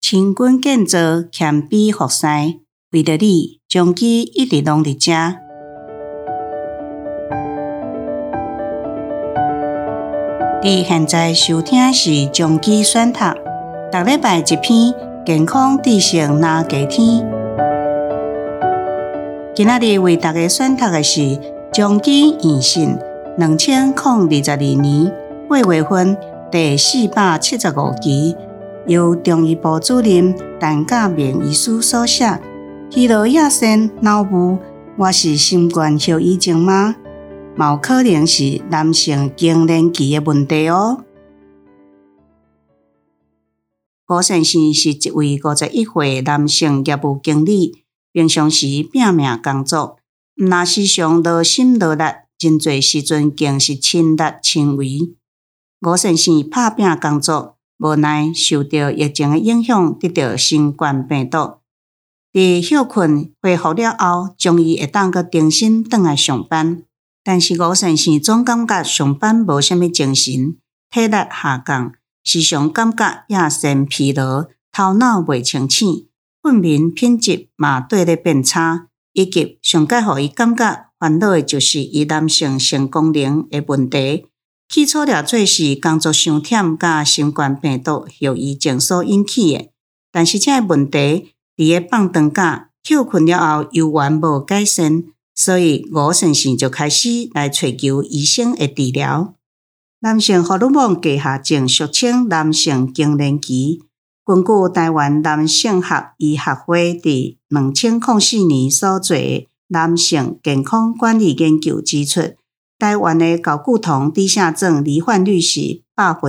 亲君建造谦卑服侍，为着你，将其一直拢伫遮。你现在收听的是将其选读，逐礼拜一篇健康知识拿给天。今仔日为大家选读的是将其验信2022年8月份第475期，由中医部主任陈家明医师所写。疲劳亚线脑部，我是新冠后遗症吗？有可能是男性更年期的问题哦。吴先生是一位51岁男性业务经理，平常时拼命工作，若时常劳心劳力，真侪时阵更是亲力亲为。吴先生拍拼工作，无奈受到疫情的影响，得到新冠病毒。伫休困恢复了后，终于会当个重新转来上班。但是吴先生总感觉上班无啥物精神，体力下降，时常感觉亚线疲劳，头脑袂清醒，睡眠品质嘛对咧变差，以及上界互伊感觉烦恼的就是伊男性性功能的问题。起初了做是工作伤忝，甲新冠病毒后遗症所引起的，但是这个问题伫个放长假休困了后，犹原无改善。所以吴先生就开始来寻求医生的治疗。男性荷尔蒙低下症俗称男性更年期。根据台湾男性学医学会伫2004年所做的男性健康管理研究指出，台湾的睾固酮低下症罹患率是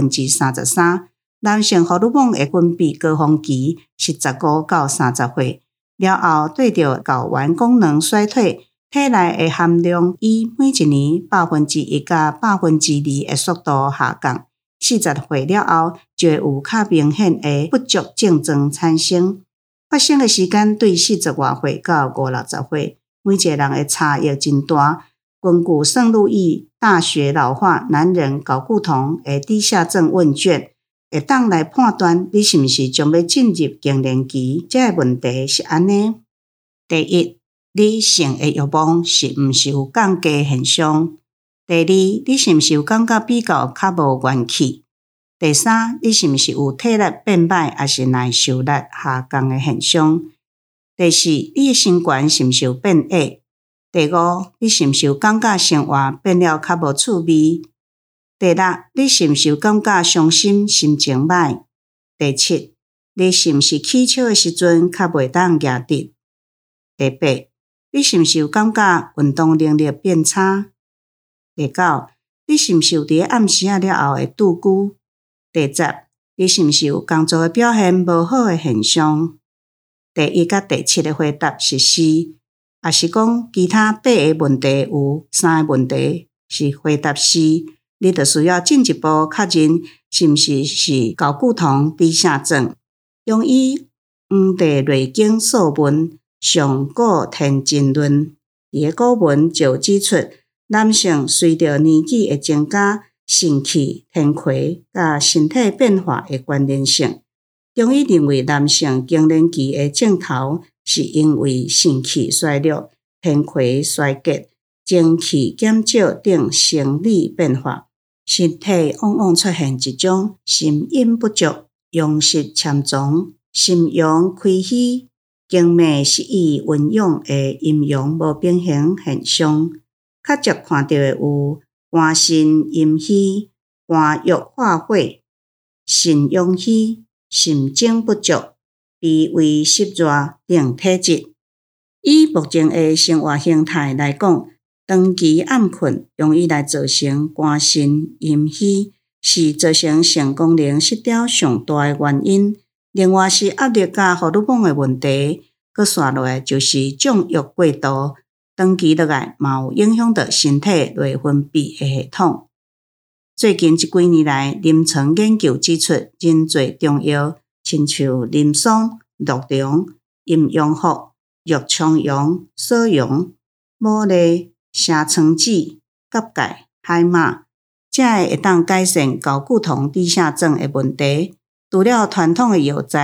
33%，男性荷尔蒙的分泌高峰期是15到30岁，了后对着睾丸功能衰退，体内的含量以每一年1%到2%的速度下降，40岁了后就会有较明显的不足症状产生。发生的时间对40外岁到50-60岁，每一个人的差异真大。根据圣路易大学老化男人睾固酮的低下症问卷，会当来判断你是毋是将要进入更年期。这个问题是安尼：第一，你性的欲望是毋是有降低现象？第二，你是毋是有感觉比较较无元气？第三，你是毋是有体力变歹，还是耐受力下降的现象？第四，你的身悬是毋是有变矮？第五，你是毋是有感觉生活变了较无趣味？第六，你是毋是有感觉伤心、心情歹？第七，你是毋是起笑的时阵较袂当压直？第八，你是毋是有感觉运动能力变差？第九，你是毋是有伫暗时了后会拄久？第十，你是毋是有工作的表现无好的现象？第一甲第七的回答是是，也是讲其他8个问题有3个问题是回答是，你就需要进一步确认是毋是睾固酮低下症。中医黄帝内经素问上古天真论伊个古文就指出，男性随着年纪的增加，肾气天魁甲身体变化的关联性。中医认为男性更年期的症头是因为肾气衰弱、天魁衰竭、精气减少等生理变化，身体往往出现一种心阴不足、阳实潜藏、心阳亏虚、经脉失意运用的阴阳无平衡现象。较常看到的有肝肾阴虚、肝郁化火、肾阳虚、肾精不足、脾胃湿热等体质。以目前的生活形态来讲，长期暗困容易来造成肝肾阴虚，是造成性功能失调上大的原因。另外是压力甲荷尔蒙的问题，佮续落来就是纵欲过度，长期落来嘛有影响到身体内分泌的系统。最近这几年来，临床研究指出，真侪中药，亲像林松、鹿茸、阴阳藿、玉葱阳、锁阳、牡蛎、虾川子、蛤钙、海马，才会当改善睾固酮低下症的问题。除了传统的药材，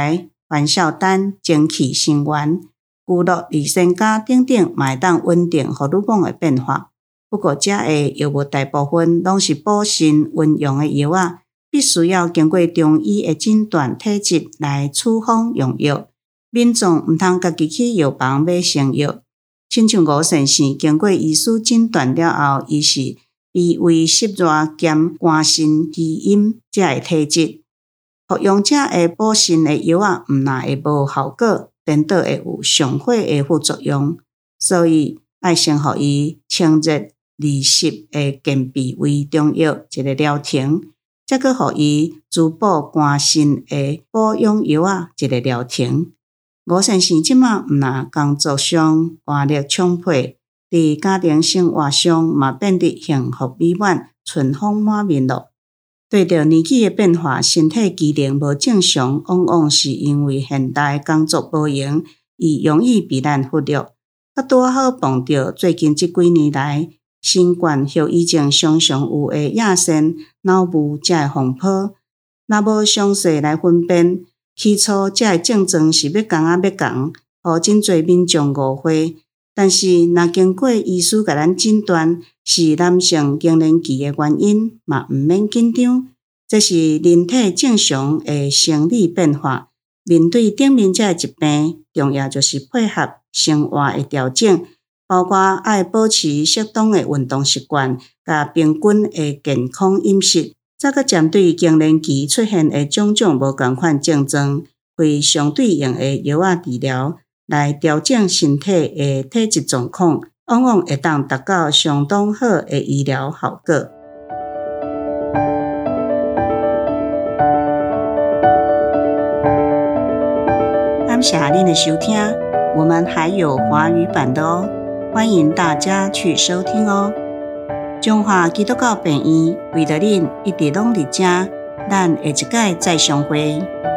番小丹、精气神元、骨骼、利腺苷等等，嘛会当稳定荷尔蒙的变化。不过，这个药物大部分拢是补肾温阳的药仔，必须要经过中医的诊断体质来处方用药。民众毋通家己去药房买成药。亲像五肾线经过医师诊断了后，伊是脾胃湿热兼肝肾虚阴这个体质。服用这个补肾的药仔，毋但会无效果，颠倒会有上火的副作用。所以要先互伊清热利湿的健脾胃中药一个疗程，再去互伊滋补肝肾的保养药仔一个疗程。五肾线即马毋但工作上活力充沛，伫家庭生活上嘛变得幸福美满、春风满面咯。对着年纪的变化，身体机能无正常，往往是因为现代工作无闲，伊容易被咱忽略。啊，拄好碰到最近这几年来新冠后遗症常常有的亚肾、脑雾这个风波，若无详细来分辨，起初这个症状是要讲，互真侪民众误会。但是，若经过医师甲咱诊断是男性更年期的原因，嘛毋免紧张。这是人体正常的生理变化。面对顶面这个疾病，重要就是配合生活的调整，包括爱保持适当的运动习惯，甲平均的健康饮食。再个针对更年期出现的种种无同款症状，会相对应的药仔治疗，来调整身体的体质状况，往往会当达到相当好的医疗效果。感谢您的收听，我们还有华语版的哦，欢迎大家去收听哦。中华基督教病院为了恁一直拢伫遮，咱下一届再相会。